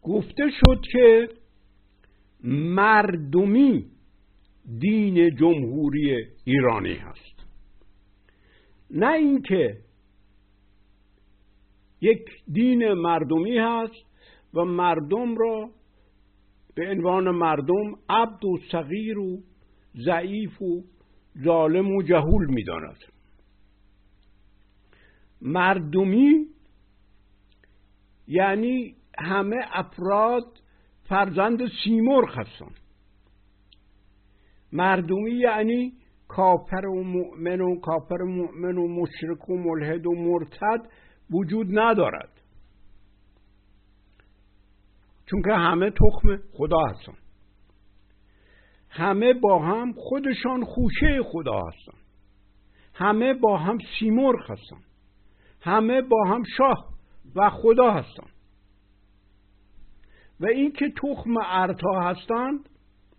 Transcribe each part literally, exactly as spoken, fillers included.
گفته شد که مردمی دین جمهوری ایرانی هست، نه اینکه یک دین مردمی هست و مردم را به عنوان مردم عبد و صغیر و ضعیف و ظالم و جهول می‌داند. مردمی یعنی همه افراد فرزند سیمرغ هستند. مردمی یعنی کافر و مؤمن و کافر و مؤمن و مشرک و ملحد و مرتد وجود ندارد، چون که همه تخم خدا هستند، همه با هم خودشان خوشه خدا هستند، همه با هم سیمرغ هستند، همه با هم شاه و خدا هستند. و این که تخم اردها هستند،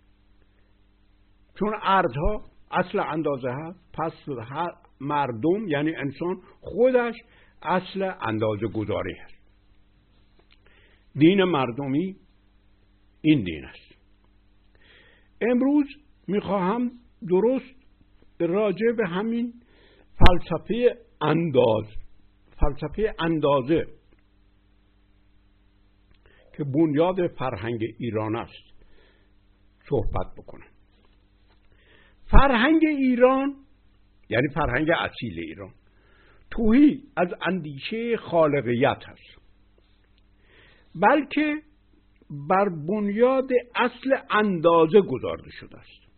چون اردها اصل اندازه هست، پس هر مردم یعنی انسان خودش اصل اندازه گذاری هست. دین مردمی این دین است. امروز میخواهم درست راجع به همین فلسفه انداز فلسفه اندازه که بنیاد فرهنگ ایران است صحبت بکنم. فرهنگ ایران یعنی فرهنگ اصیل ایران توهی از اندیشه خالقیت هست، بلکه بر بنیاد اصل اندازه گذارده شده است.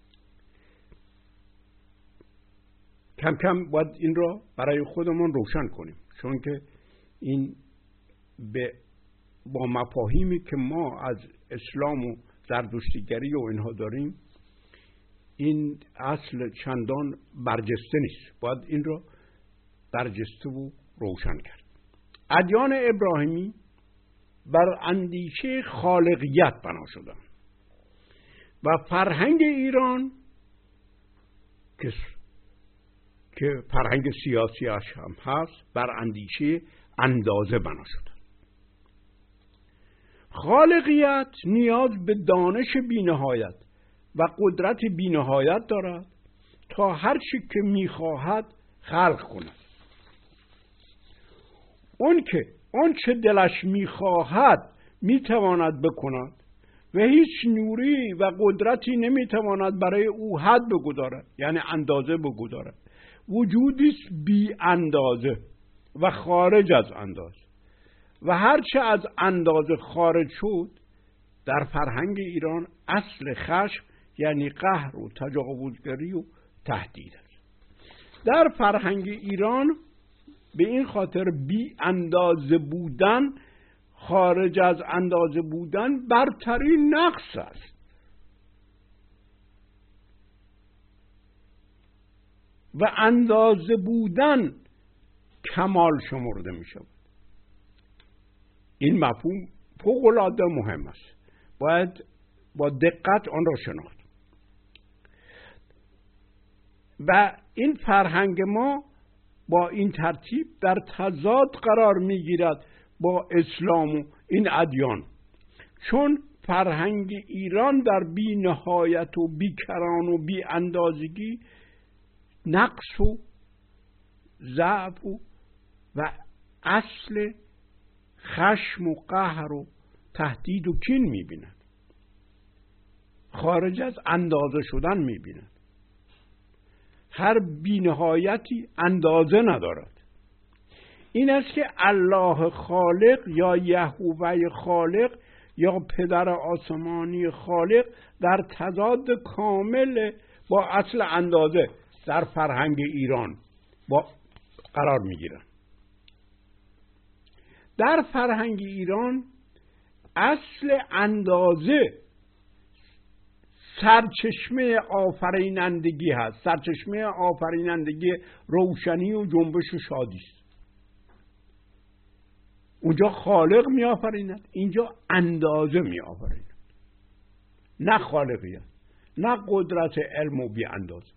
کم کم باید این را برای خودمون روشن کنیم، چون که این به با مفاهیمی که ما از اسلام و زرتشتیگری و اینها داریم این اصل چندان برجسته نیست. باید این را برجسته و روشن کرد. ادیان ابراهیمی بر اندیشه خالقیت بنا شدند و فرهنگ ایران که که فرهنگ سیاسیش هم هست بر اندیشه اندازه بنا شده. خالقیت نیاز به دانش بی‌نهایت و قدرت بی‌نهایت دارد تا هر چی که می‌خواهد خلق کند. اون که اون چه دلش می‌خواهد می‌تواند بکند و هیچ نوری و قدرتی نمی‌تواند برای او حد بگذارد، یعنی اندازه بگذارد. وجودی است بی اندازه و خارج از اندازه، و هرچه از اندازه خارج شد در فرهنگ ایران اصل خشم یعنی قهر و تجاوزگری و تهدید است. در فرهنگ ایران به این خاطر بی اندازه بودن، خارج از اندازه بودن برترین نقص است و اندازه بودن کمال شمرده می شود. این مفهوم فوق‌العاده مهم است، باید با دقت آن را شناخت. و این فرهنگ ما با این ترتیب در تضاد قرار میگیرد با اسلام و این ادیان، چون فرهنگ ایران در بی نهایت و بی کران و بی اندازگی نقص و ضعف و, و اصل خشم و قهر و تهدید و کین میبیند، خارج از اندازه شدن میبیند. هر بی‌نهایتی اندازه ندارد. این است که الله خالق یا یهوه خالق یا پدر آسمانی خالق در تضاد کامل با اصل اندازه در فرهنگ ایران با قرار میگیرند. در فرهنگ ایران اصل اندازه سرچشمه آفرینندگی هست، سرچشمه آفرینندگی روشنی و جنبش و شادی است. اونجا خالق می آفریند، اینجا اندازه می آفریند، نه خالقیت، نه قدرت علم و بی اندازه.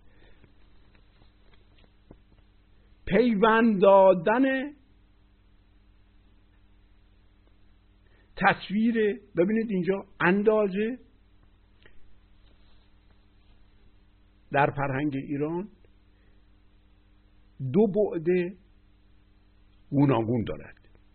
پیوند دادن تصویر، ببینید اینجا اندازه در فرهنگ ایران دو بعد گوناگون دارد.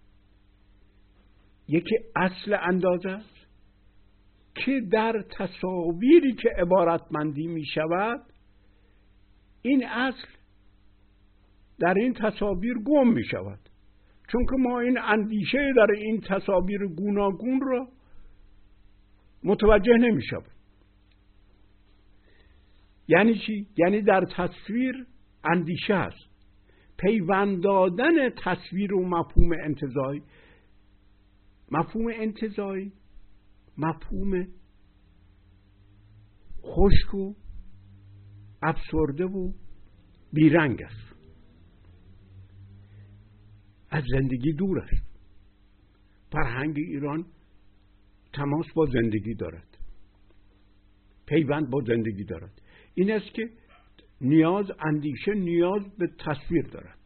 یکی اصل اندازه است که در تصاویری که عبارتمندی می شود این اصل در این تصاویر گم می شود، چون که ما این اندیشه در این تصاویر گوناگون را متوجه نمی شود. یعنی چی؟ یعنی در تصویر اندیشه است. پیوند دادن تصویر و مفهوم انتزاعی، مفهوم انتزاعی مفهوم خشک و افسرده و بیرنگ است، از زندگی دور است. فرهنگ ایران تماس با زندگی دارد، پیوند با زندگی دارد. این است که نیاز اندیشه نیاز به تصویر دارد.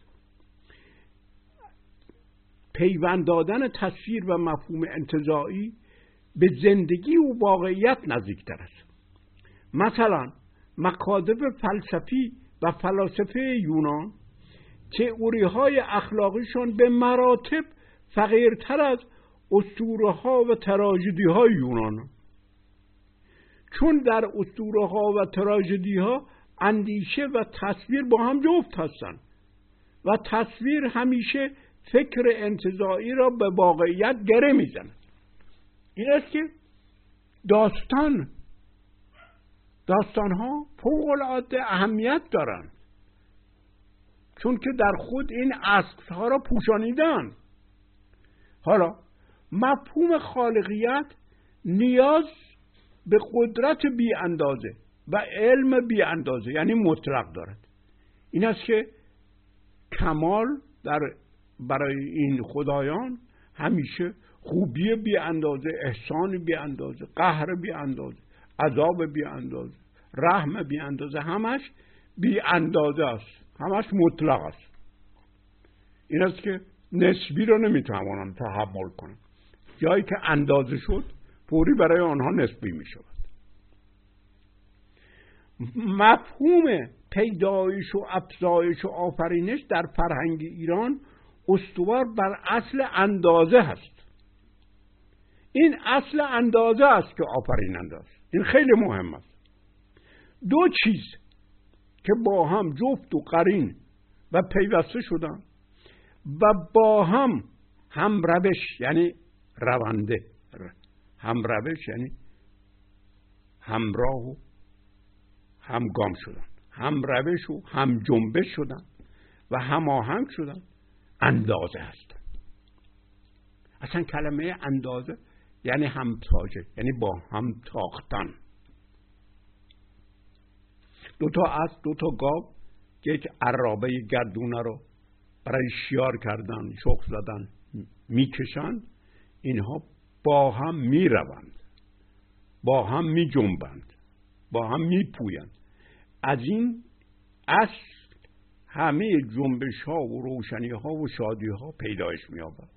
پیوند دادن تصویر و مفهوم انتزاعی به زندگی و واقعیت نزدیکتر است. مثلا مکاتب فلسفی و فلاسفه یونان تئوری‌های اخلاقیشون به مراتب فقیرتر از اسطوره‌ها و تراژدی‌های یونان، چون در اسطوره‌ها و تراژدی‌ها اندیشه و تصویر با هم جفت هستند و تصویر همیشه فکر انتزاعی را به واقعیت گره میزند. این است که داستان داستان‌ها فوق‌العاده اهمیت دارند، چون که در خود این اصل‌ها را پوشانیدن. حالا مفهوم خالقیت نیاز به قدرت بی اندازه و علم بی اندازه یعنی مطلق دارد. این است که کمال در برای این خدایان همیشه خوبی بی اندازه، احسان بی اندازه، قهر بی اندازه، عذاب بی اندازه، رحم بی اندازه، همش بی اندازه است، همش مطلق است. این است که نسبی رو نمیتوانند تحمل کنند. جایی که اندازه شد فوری برای آنها نسبی می شود. مفهوم پیدایش و افزایش و آفرینش در فرهنگ ایران استوار بر اصل اندازه هست. این اصل اندازه است که آفریننده است. این خیلی مهم است. دو چیز که با هم جفت و قرین و پیوسته شدن و با هم هم روش یعنی رونده، هم روش یعنی همراه و همگام شدن، هم روش و هم جنبش شدن و هماهنگ شدن، اندازه هست. اصلا کلمه اندازه یعنی همتاجه، یعنی با هم تاختن. دو تا اسب، دو تا گاو یک عرابه گردونه رو برای شیار کردن، شخ زدن میکشند، اینها با هم میروند، با هم میجنبند، با هم میپویند. از این اصل همه جنبش ها و روشنی ها و شادی ها پیدایش می‌یابد.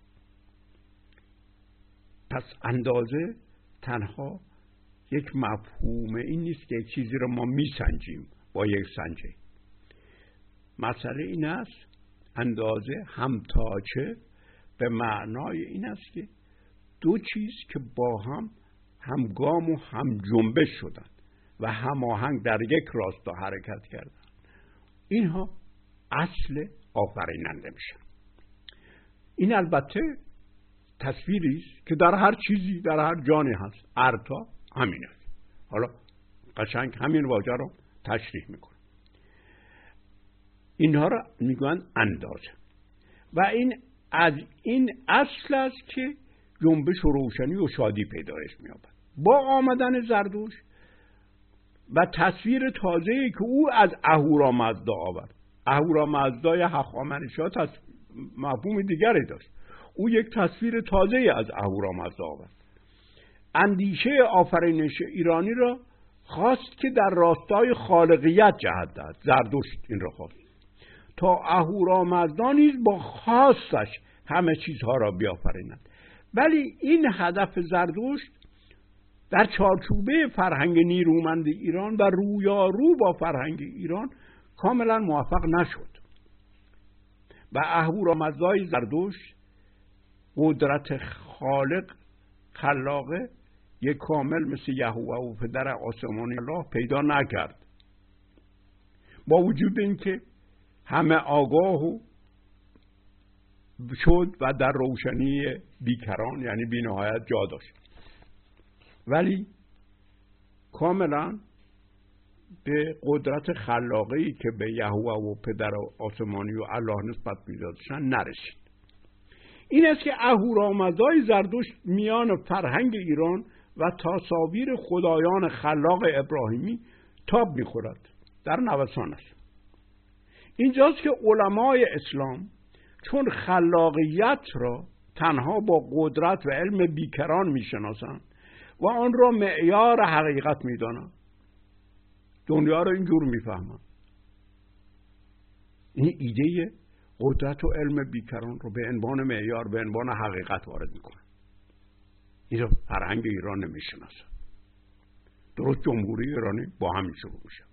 پس اندازه تنها یک مفهوم این نیست که یک چیزی رو ما میسنجیم با یک سنجه. مسئله این است اندازه همتاچه به معنای این است که دو چیز که با هم همگام و هم جنبش شدن و هماهنگ در یک راستا حرکت کردن، اینها اصل آفریننده میشن. این البته تصویری است که در هر چیزی در هر جانی هست. ارتا همین است. حالا قشنگ همین واژه رو تشریح میکنه. اینها را میگن اندازه و این از این اصل است که جنبش و روشنی و شادی پیدایش می‌یابد. با آمدن زردوش و تصویر تازه‌ای که او از اهورامزدا آورد. اهورامزدای هخامنشی مفهوم دیگری داشت. او یک تصویر تازه‌ای از اهورامزدا آورد. اندیشه آفرینش ایرانی را خواست که در راستای خالقیت جهت دهد. زردشت این را خواست تا اهورامزدا نیز با خواستش همه چیزها را بیافریند ولی این هدف زردشت در چارچوبه فرهنگ نیرومند ایران و رویارو با فرهنگ ایران کاملا موفق نشد و اهورامزدای زردشت قدرت خالق خلاقه یک کامل مثل یهوه و پدر آسمانی الله پیدا نکرد. با وجود اینکه همه آگاه و شد و در روشنی بیکران یعنی بی نهایت جا داشت، ولی کاملا به قدرت خلاقی که به یهوه و پدر آسمانی و الله نسبت می‌دادند نرسید. این است که اهورامزدای زردشت میان فرهنگ ایران و تصاویر خدایان خلاق ابراهیمی تاب می‌خورد، در نوسان است. اینجاست که علمای اسلام چون خلاقیت را تنها با قدرت و علم بیکران می‌شناسند و آن را معیار حقیقت می‌دانند، دنیا را اینجور می‌فهمند. این ایده قدرت و علم بیکران رو به عنوان معیار، به عنوان حقیقت وارد می‌کنند. این را فرهنگ ایران نمی‌شناسد. درست جمهوری ایرانی با همین شروع میشه.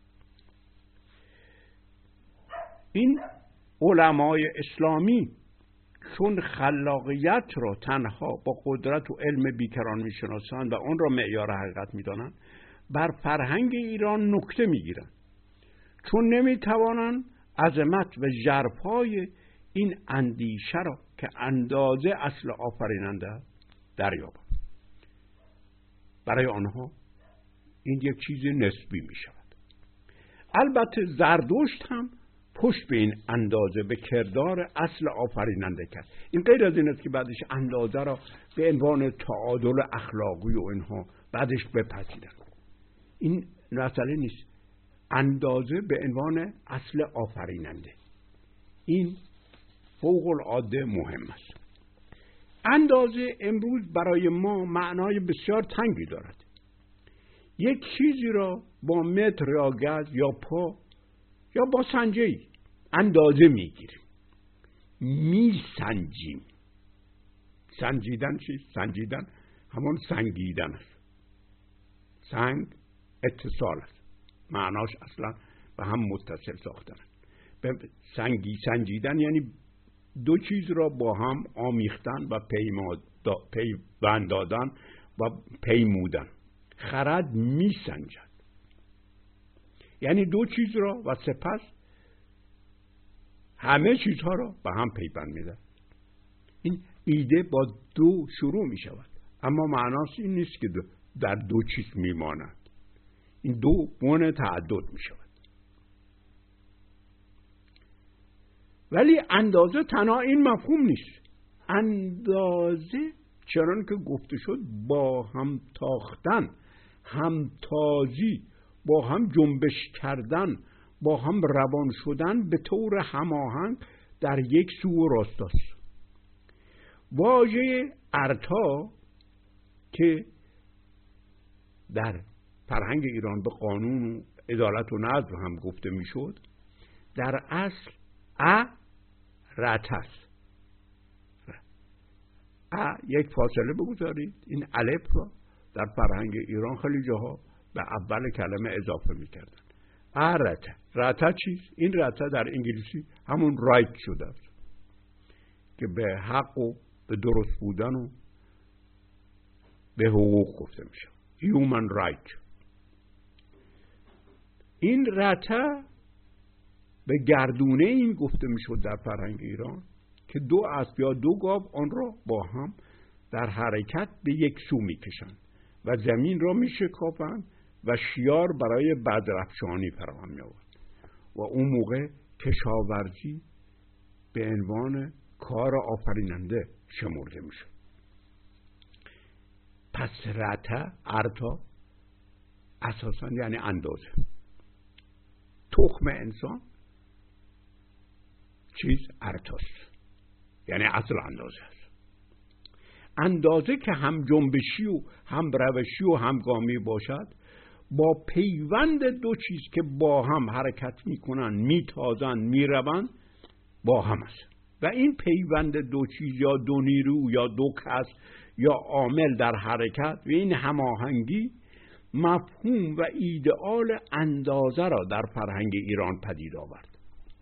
این علمای اسلامی چون خلاقیت را تنها با قدرت و علم بیکران میشناسند و آن را معیار حقیقت میدانند، بر فرهنگ ایران نکته میگیرند، چون نمیتوانند عظمت و ژرفای این اندیشه را که اندازه اصل آفریننده دریابند. برای آنها این یک چیز نسبی می شود. البته زردشت هم پشت به این اندازه به کردار اصل آفریننده کرد. این غیر از این است که بعدش اندازه را به عنوان تعادل اخلاقی و اینها بعدش بپذیرند. این مسئله نیست. اندازه به عنوان اصل آفریننده، این فوق العاده مهم است. اندازه امروز برای ما معنای بسیار تنگی دارد. یک چیزی را با متر یا گز یا پا یا با سنجه‌ای اندازه میگیریم، میسنجیم. سنجیدن چیست؟ سنجیدن همون سنگیدن است. سنگ اتصال است، معناش اصلا به هم متصل ساختن. سنگی سنجیدن یعنی دو چیز را با هم آمیختن و پیوند دادن و پیمودن. خرد میسنجد یعنی دو چیز را و سپس همه چیزها را به هم پیوند میده. این ایده با دو شروع می شود، اما معناش این نیست که دو در دو چیز میماند. این دو معنی تعدد می شود. ولی اندازه تنها این مفهوم نیست. اندازه چنان که گفته شد با هم تاختن، همتازی، با هم جنبش کردن، با هم روان شدن به طور هماهنگ در یک سو و راستاست. واژه ارتا که در فرهنگ ایران به قانون و عدالت و نظم هم گفته میشد، در اصل ا رت است. ا یک فاصله بگذارید، این الف را در فرهنگ ایران خیلی جاها به اول کلمه اضافه میکردن. ا رت. رت چیست؟ این رت در انگلیسی همون رایت شده است که به حق و به درست بودن و به حقوق گفته میشه. human right. این رته به گردونه این گفته میشد در فرهنگ ایران که دو اسب یا دو گاو آن را با هم در حرکت به یک سو میکشند و زمین را میشکافند و شیار برای بدرفشانی فراهم میآورد و اون موقع کشاورزی به عنوان کار آفریننده شمرده میشد. پس رته ارتا اساسا یعنی اندازه. تخم انسان چیز ارتاست، یعنی اصل اندازه است. اندازه که هم جنبشی و هم روشی و همگامی باشد، با پیوند دو چیز که با هم حرکت میکنن، میتازن، میروند، با هم است. و این پیوند دو چیز یا دو نیرو یا دو کس یا عامل در حرکت و این هماهنگی مفهوم و ایدئال اندازه را در فرهنگ ایران پدید آورد.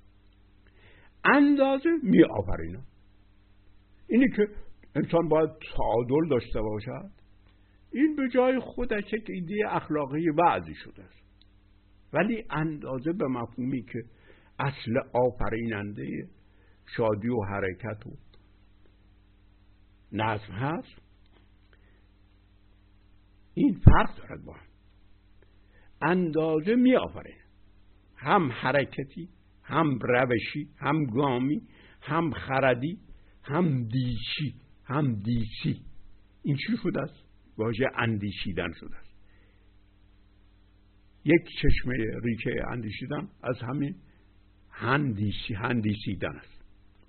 اندازه می آفرینه. اینی که انسان باید تعادل داشته باشد، این به جای خودش یک ایده اخلاقی وضعی شده است، ولی اندازه به مفهومی که اصل آفریننده شادی و حرکت و نظم هست، این فرق دارد با هم. اندازه می آفرینه، هم حرکتی، هم روشی، هم گامی، هم خردی، هم دیشی، هم دیسی. این چی شده است؟ واژه اندیشیدن شده است. یک چشمه ریشه اندیشیدن از همین هندیسی هندیسیدن است.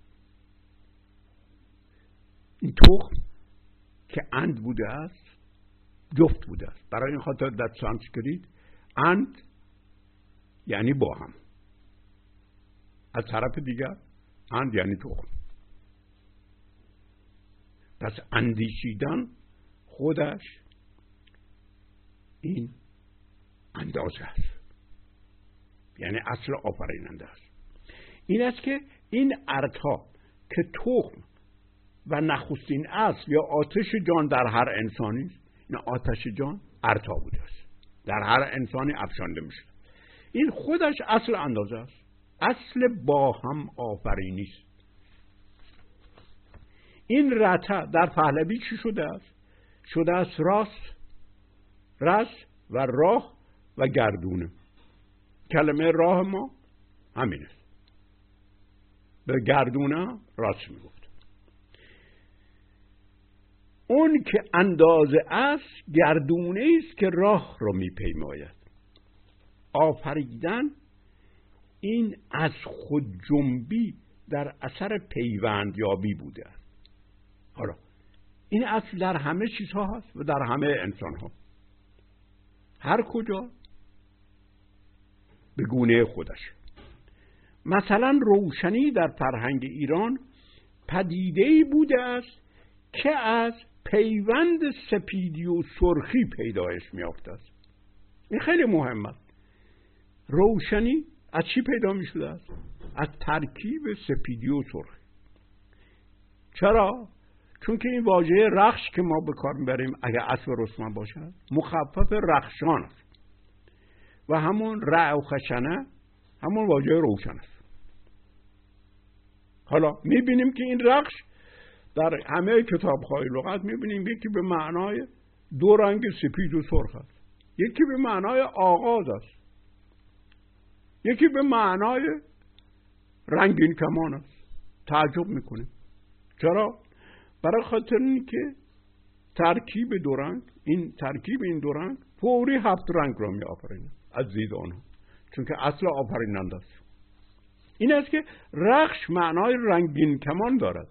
این تخم که اند بوده است جفت بوده است. برای این خاطر در سانسکریت اند یعنی با هم، از طرف دیگر اند یعنی تخم. پس اندیشیدن خودش این اندازه است، یعنی اصل آفریننده است. این است که این ارتا که تخم و نخستین اصل یا آتش جان در هر انسانی است، این آتش جان ارتا بوده است، در هر انسانی افشانده میشه. این خودش اصل اندازه است، اصل با هم آفرینی است. این رتا در پهلوی چی شده است؟ شده است راست، رس و راه و گردونه. کلمه راه ما همین است. به گردونه راست میگفت. اون که اندازه است گردونه است که راه رو میپیماید. آفریدن این از خود جنبی در اثر پیوند یابی بوده است. حالا این اصل در همه چیزها هست و در همه انسان ها، هر کجا به گونه خودش. مثلا روشنی در فرهنگ ایران پدیده‌ای بوده است که از پیوند سپیدی و سرخی پیدایش می‌یافته است. این خیلی مهم است. روشنی از چی پیدا می‌شده است؟ از ترکیب سپیدی و سرخی. چرا؟ چون که این واژه رخش که ما به کار میبریم اگر اسب رستم باشد مخفف رخشان است و همون رع و خشنه همون واژه روشن است. حالا میبینیم که این رخش در همه کتاب‌های لغت میبینیم یکی به معنای دو رنگ سپید و سرخ است، یکی به معنای آغاز است، یکی به معنای رنگین کمان است. تعجب میکنیم. چرا؟ برای خاطر این که ترکیب دو رنگ، این ترکیب این دو رنگ فوری هفت رنگ را می آفرینه از دید آنها، چون که اصل آفریننده است. این است که رخش معنای رنگین کمان دارد.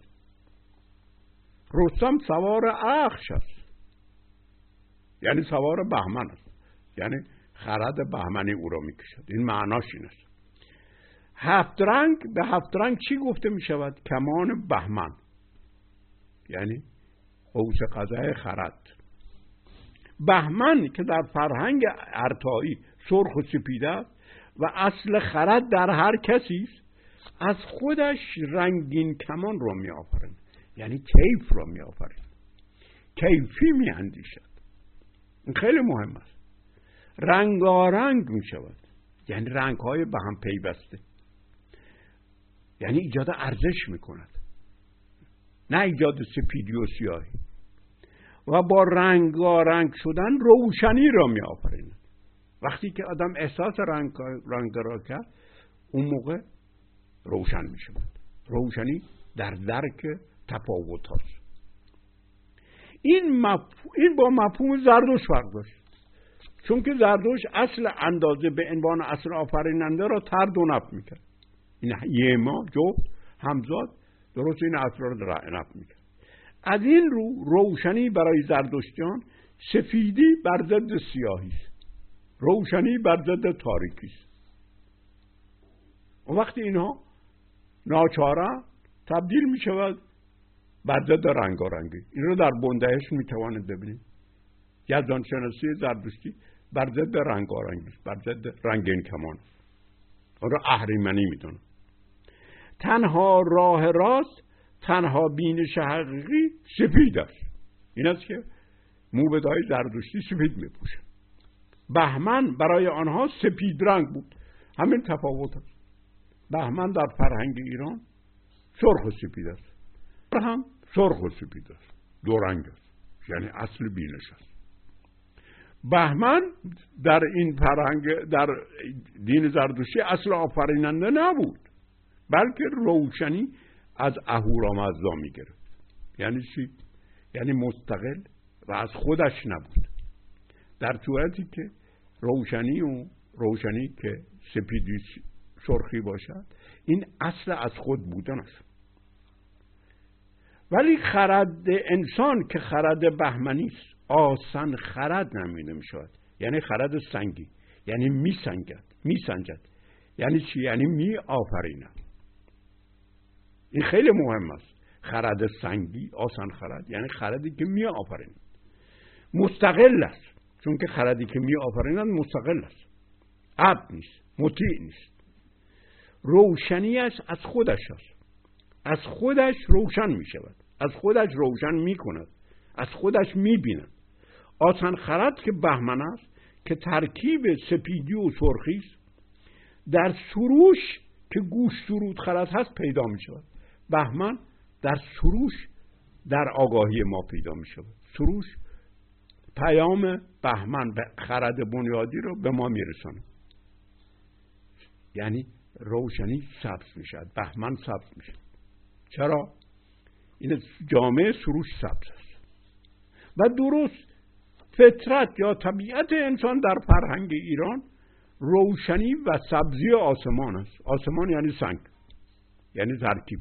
رستم سوار اخش است، یعنی سوار بهمن است، یعنی خرد بهمنی او را می کشد. این معناش این است. هفت رنگ، به هفت رنگ چی گفته می شود؟ کمان بهمن، یعنی قوس قزح خرد. بهمن که در فرهنگ ارتایی سرخ و سپید است و اصل خرد در هر کسی است، از خودش رنگین کمان را می آفرین، یعنی کیف را می آفرین، کیفی می اندیشد. این خیلی مهم است. رنگارنگ می شود، یعنی رنگ های به هم پیوسته، یعنی ایجاد ارزش می کند، نه ایجاد سپیدی و سیاهی. و با رنگارنگ شدن روشنی را می آفریند. وقتی که آدم احساس رنگ رنگ را کرد، اون موقع روشن می شود. روشنی در درک تفاوت هست. این, مف... این با مفهوم زردوش فرق داشت، چون که زردوش اصل اندازه به عنوان اصل آفریننده را ترد و نفی می کرد. این یه ما جفت همزاد درست این اصل را نفی می کرد. از این رو روشنی برای زردشتیان سفیدی بر ضد سیاهی است، روشنی بر ضد تاریکی است. و وقتی اینها ناچاره تبدیل می شود بر ضد رنگارنگی. این رو در بندهش می توانید ببینید. یزدان شناسی زرتشتی بر ضد رنگارنگی، بر ضد رنگین کمان، اون رو اهریمنی میدونه. تنها راه راست، تنها بینش حقیقی سپید است. این است که موبدهای زرتشتی سپید میپوشن. بهمن برای آنها سپید رنگ بود. همین تفاوت است. بهمن در فرهنگ ایران سرخ و سپید است، هم سرخ و سپید است، دو رنگ است، یعنی اصل بینش است. بهمن در این فرهنگ، در دین زرتشتی اصل آفریننده نبود، بلکه روشنی از اهورامزدا میگرفت. یعنی چی؟ یعنی مستقل و از خودش نبود. در صورتی که روشنی و روشنی که سپیدی سرخی باشد، این اصل از خود بودن است. ولی خرد انسان که خرد بهمنی است، آسان خرد نمیده می شود. یعنی خرد سنگی، یعنی می سنجد می سنجد. یعنی چی؟ یعنی می آفریند. این خیلی مهم است. خرد سنگی، آسان خرد، یعنی خردی که می آفریند، مستقل است. چون که خردی که می آفریند مستقل است، عبد نیست، مطیع نیست. روشنیش از خودش است، از خودش روشن می شود، از خودش روشن می کند، از خودش می بیند. آسان خرد که بهمن است، که ترکیب سپیدی و سرخی است، در سروش که گوش سرود خرد هست پیدا می شود. بهمن در سروش در آگاهی ما پیدا می شود. سروش پیام بهمن به خرد بنیادی رو به ما می رسانه. یعنی روشنی سبز می شود، بهمن سبز می شود. چرا؟ این جامعه سروش سبز است. و درست فطرت یا طبیعت انسان در فرهنگ ایران روشنی و سبزی آسمان است. آسمان یعنی سنگ، یعنی ترکیب،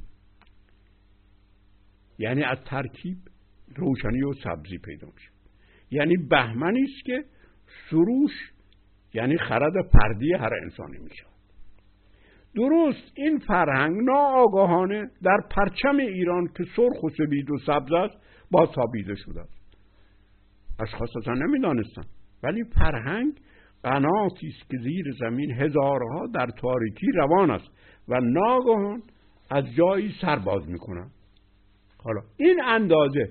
یعنی از ترکیب روشنی و سبزی پیدا میشه. یعنی بهمنی است که سروش یعنی خرد فردی هر انسانی میشه. درست این فرهنگ ناآگاهانه در پرچم ایران که سرخ و سپید و سبز است باز تابیده شده است. اشخاص اصلا نمیدانستن، ولی فرهنگ قناتی است که زیر زمین هزارها در تاریکی روان است و ناگهان از جایی سر باز میکنن. حالا این اندازه،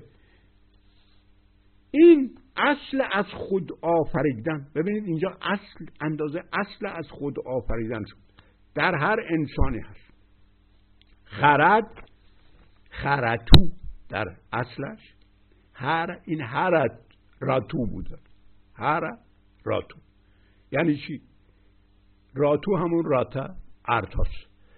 این اصل از خود آفریدن، ببینید اینجا اصل، اندازه اصل از خود آفریدن شد، در هر انسانی هست. خرد، خرتو در اصلش، هر این هر راتو بوده، هر راتو یعنی چی؟ راتو همون راتا ارتاس،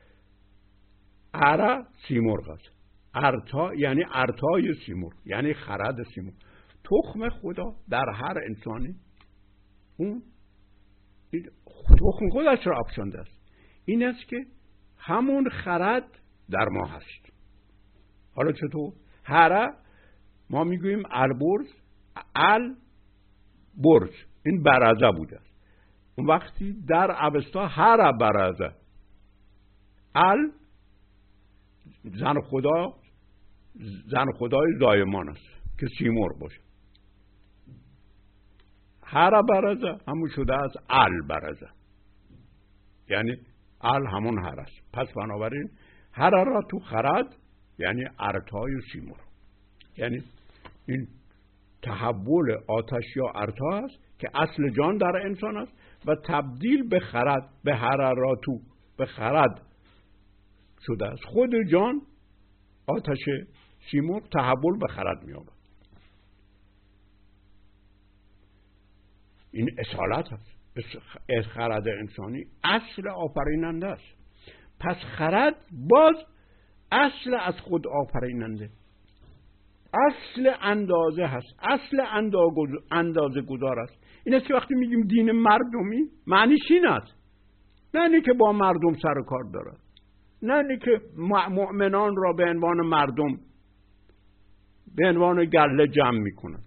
اره سیمرغ است، ارتا یعنی ارتای سیمرغ، یعنی خرد سیمرغ. تخم خدا در هر انسانی اون تخم خودش را افشانده است. این است که همون خرد در ما هست. حالا چطور؟ هره ما میگوییم البرز، ال برز، این برزه بوده. اون وقتی در اوستا هر برزه، ال زن خدا، زن خدای زایمان است که سیمرغ باشه. هر برزه همون شده از ال برزه، یعنی ال همون هر است. پس بنابراین هر را تو خرد یعنی ارتای و سیمرغ، یعنی این تحول آتش یا ارتا است که اصل جان در انسان است و تبدیل به خرد، به حراراتو، به خرد شده است. خود جان آتش سیمرغ تحول به خرد می یابد. این اصالت است. خرد انسانی اصل آفریننده است. پس خرد باز اصل از خود آفریننده، اصل اندازه هست، اصل اندازه گذار است. این است که وقتی میگیم دین مردمی، معنیش این است، نه اینی که با مردم سر و کار دارد، نه اینی که مؤمنان را به عنوان مردم، به عنوان گله جمع میکند،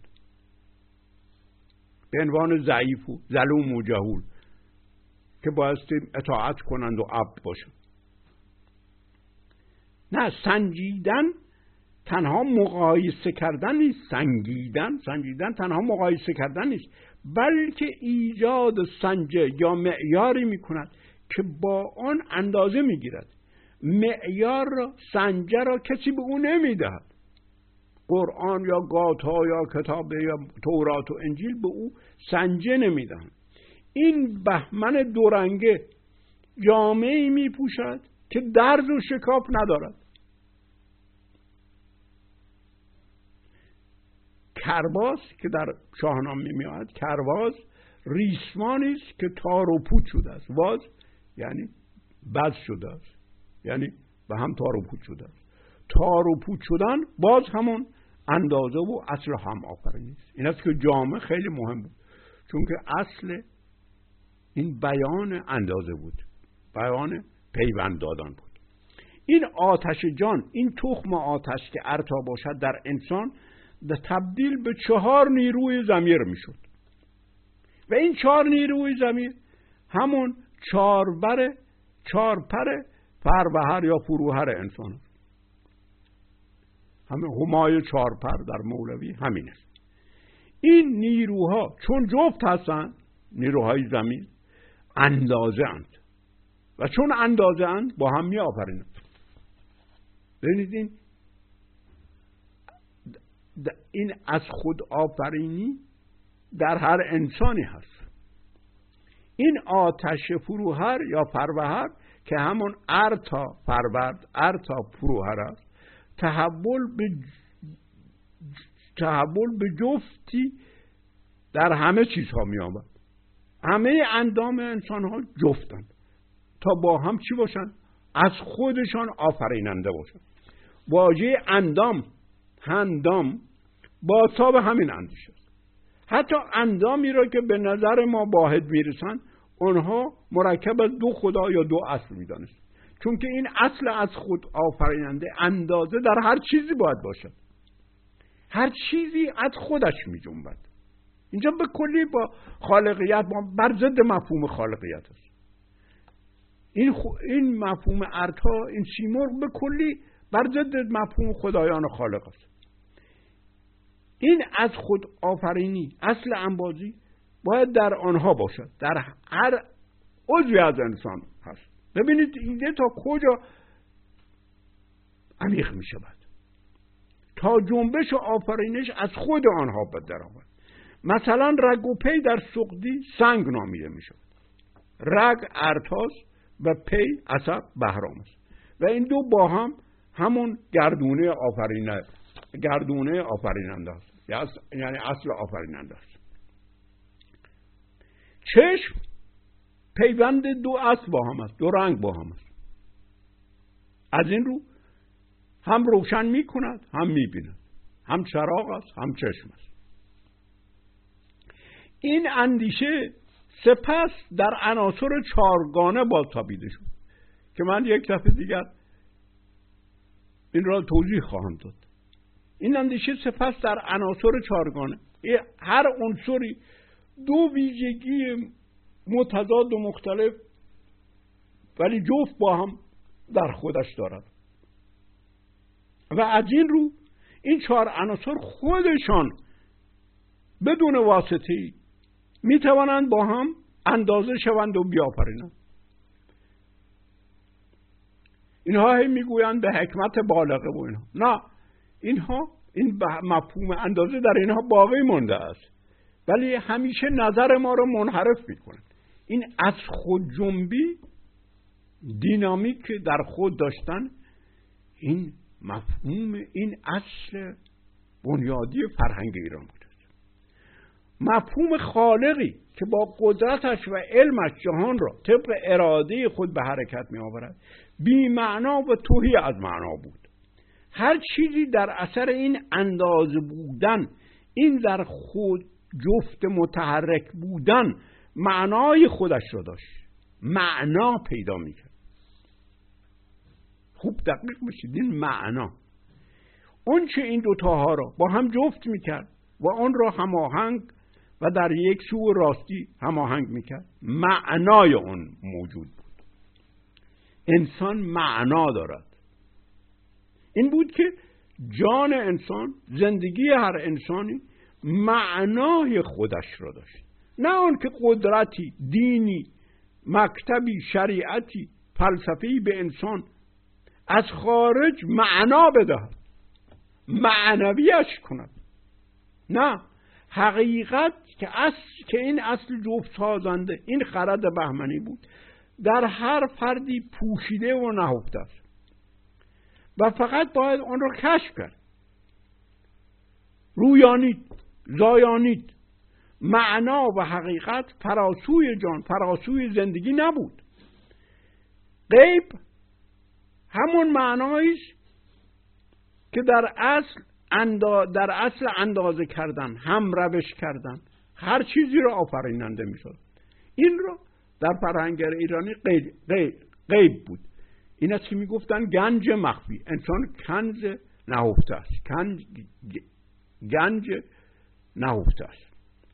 به عنوان ضعیف و ظلوم و جهول که بایستی اطاعت کنند و عبد باشند. نه، سنجیدن تنها مقایسه کردن نیست، سنجیدن سنجیدن تنها مقایسه کردن نیست، بلکه ایجاد سنجه یا معیاری میکند که با آن اندازه میگیرد. معیار را، سنجه را کسی به او نمیدهد. قرآن یا گاتا یا کتاب یا تورات و انجیل به او سنجه نمیدهند. این بهمن دورنگه جامه‌ای میپوشد که درز و شکاف ندارد. کرباس که در شاهنامه میاد، کرواز ریسمانی است که تار و پود شده است. واز یعنی بز شده است، یعنی به هم تار و پود شده است. تار و پود شدن باز همون اندازه و اصل هم آفرینی است. این است که جامعه خیلی مهم بود، چون که اصل این بیان اندازه بود، بیان پیوند دادن بود. این آتش جان، این تخم آتش که ارتا باشد در انسان، تبدیل به چهار نیروی ضمیر میشد و این چهار نیروی ضمیر همون چهار بر چهار پر فروهر یا فروهر انسان است. همه همای چهار پر در مولوی همین است. این نیروها چون جفت هستند، نیروهای ضمیر اندازه اند و چون اندازه اند با هم می آفرینند. ببینید این این از خود آفرینی در هر انسانی هست. این آتش فروهر یا فروهر که همون ارتا فرورد ارتا فروهر است، تحول به تحول به جفتی در همه چیزها می آمد. همه اندام انسان ها جفتند تا با هم چی باشن؟ از خودشان آفریننده باشن. واژه اندام، هندام، با تاب همین اندیشه است. حتی اندامی را که به نظر ما واحد میرسن، اونها مرکب از دو خدا یا دو اصل میدانست، چون که این اصل از خود آفریننده اندازه در هر چیزی باید باشد. هر چیزی از خودش می جنبد. اینجا به کلی با خالقیت، با بر ضد مفهوم خالقیت است. این خو... این مفهوم ارتا، این سیمرغ به کلی بر ضد مفهوم خدایان خالق است. این از خود آفرینی، اصل انبازی باید در آنها باشد، در هر عضوی از انسان هست. ببینید ایده تا کجا عمیق می شود، تا جنبش و آفرینش از خود آنها به در آمد. مثلا رگ و پی در سقدی سنگ نامیده می شود. رگ ارتاس و پی عصب بهرام است و این دو با هم همون گردونه آفرینه گردونه آفریننده است، یعنی اصل آفریننده است. چشم پیوند دو اصل با هم است، دو رنگ با هم است. از این رو هم روشن می کند هم می بیند، هم چراغ است هم چشم است. این اندیشه سپس در عناصر چارگانه بازتابیده شد که من یک دفعه دیگر این را توضیح خواهم داد. این اندیشه سپس در عناصر چارگانه، هر عنصری دو ویژگی متضاد و مختلف ولی جفت با هم در خودش دارد و از این رو این چهار عناصر خودشان بدون واسطه‌ای می توانند با هم اندازه شوند و بیافرینند. اینها هی میگویند به حکمت بالغه و اینها. نه، اینها این مفهوم اندازه در اینها باقی مونده است، ولی همیشه نظر ما رو منحرف میکنند. این از خود جنبی، دینامیک که در خود داشتن، این مفهوم، این اصل بنیادی فرهنگ ایران بود. مفهوم خالقی که با قدرتش و علمش جهان را طبق اراده خود به حرکت می آورد، بی معنا و تهی از معنا بود. هر چیزی در اثر این اندازه بودن، این در خود جفت متحرک بودن، معنای خودش را داشت، معنا پیدا می کرد. خوب دقیق بشید، این معنا اون چه این دوتاها را با هم جفت می کرد و آن را هماهنگ و در یک سو راستی هماهنگ میکرد، معنای اون موجود بود. انسان معنا دارد، این بود که جان انسان، زندگی هر انسانی معنای خودش را داشت، نه آن که قدرتی، دینی، مکتبی، شریعتی، فلسفه‌ای به انسان از خارج معنا بدهد، معنویش کند. نه، حقیقت که اصل که این اصل جفت سازنده، این خرد بهمنی بود، در هر فردی پوشیده و نهفته است و فقط باید آن را کشف کرد، رویانید، زایانید. معنا و حقیقت فراسوی جان، فراسوی زندگی نبود. غیب همون معنایی است که در اصل اندا... در اصل اندازه کردن، هم روش کردن، هر چیزی را آفریننده می شد. این را در فرهنگ ایرانی غیب, غیب... غیب بود. این است که می گفتن گنج مخفی. انسان کنز نهفته است، کنج... گنج نهفته است.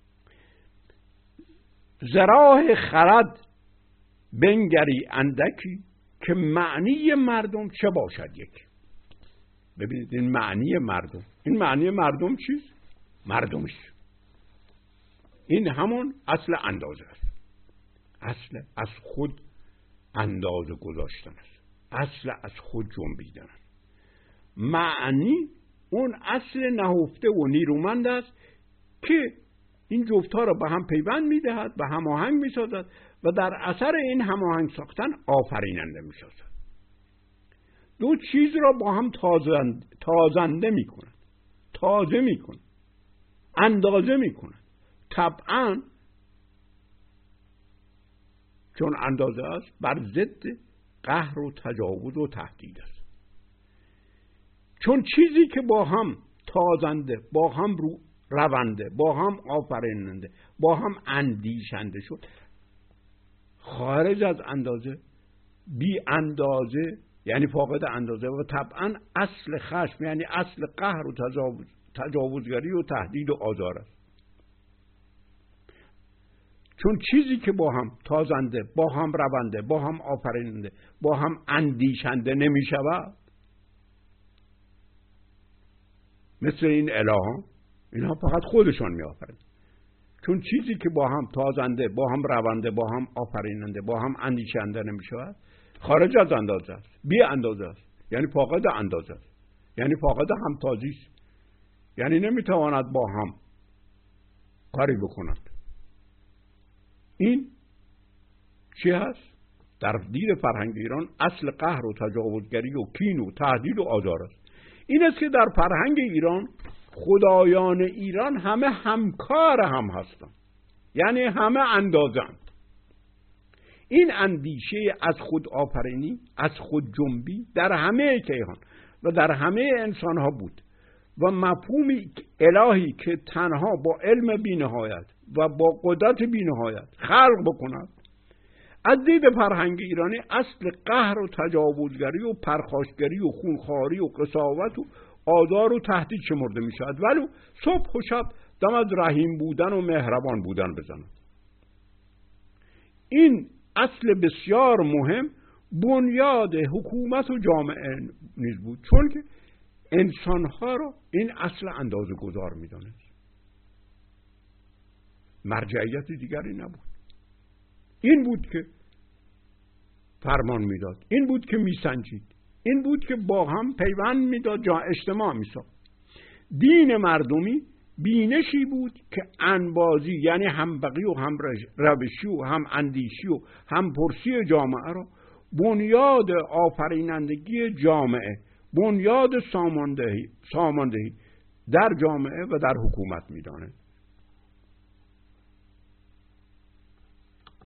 زراح خرد بنگری اندکی که معنی مردم چه باشد یکی. ببینید این معنی مردم، این معنی مردم چیست؟ مردمش. این همون اصل اندازه است، اصل از خود اندازه گذاشتن است، اصل از خود جنبیدن است. معنی اون اصل نهفته و نیرومند است که این جفت‌ها را به هم پیوند می‌دهد، به هماهنگ می‌سازد و در اثر این هماهنگ ساختن آفریننده می‌سازد. دو چیز را با هم تازند، تازنده می‌کند، تازه می‌کند، اندازه می‌کند. طبعاً چون اندازه است بر ضد قهر و تجاوز و تهدید است. چون چیزی که با هم تازنده، با هم رو رونده، با هم آفریننده، با هم اندیشنده شد، خارج از اندازه، بی اندازه یعنی فاقد اندازه و طبعا اصل خشم یعنی اصل قهر و تجاوز، تجاوزگری و تهدید و آزار است. چون چیزی که با هم تازنده، با هم رونده، با هم آفریننده، با هم اندیشنده نمی شود، مثل این الهام، اینها فقط خودشان می آفرند. چون چیزی که با هم تازنده، با هم رونده، با هم آفریننده، با هم اندیشنده نمی شود، خارج از اندازه است، بی اندازه است، یعنی فاقد اندازه است، یعنی فاقد همتازی است، یعنی نمی تواند با هم کاری بکند. این چی هست؟ در دید فرهنگ ایران اصل قهر و تجاوزگری و کین و تهدید و آزار است. این است که در فرهنگ ایران خدایان ایران همه همکار هم هستند، یعنی همه اندازند. این اندیشه از خود آفرینی، از خود جنبی در همه کیهان و در همه انسان ها بود و مفهومی الهی که تنها با علم بی‌نهایت و با قدرت بی‌نهایت خلق بکند، از دید فرهنگ ایرانی اصل قهر و تجاوزگری و پرخاشگری و خونخواری و قساوت و آزار و تهدید شمرده می شود، ولو صبح و شب دم از رحیم بودن و مهربان بودن بزند. این اصل بسیار مهم بنیاد حکومت و جامعه نیز بود، چون که انسانها را این اصل اندازه گذار می دانست. مرجعیت دیگری نبود. این بود که فرمان میداد، این بود که میسنجید، این بود که با هم پیوند میداد، جا اجتماع میساخت. دین مردمی بینشی بود که انبازی یعنی همبغی و هم روشی و هم اندیشی و هم پرسی جامعه را بنیاد آفرینندگی جامعه، بنیاد ساماندهی ساماندهی در جامعه و در حکومت میداند.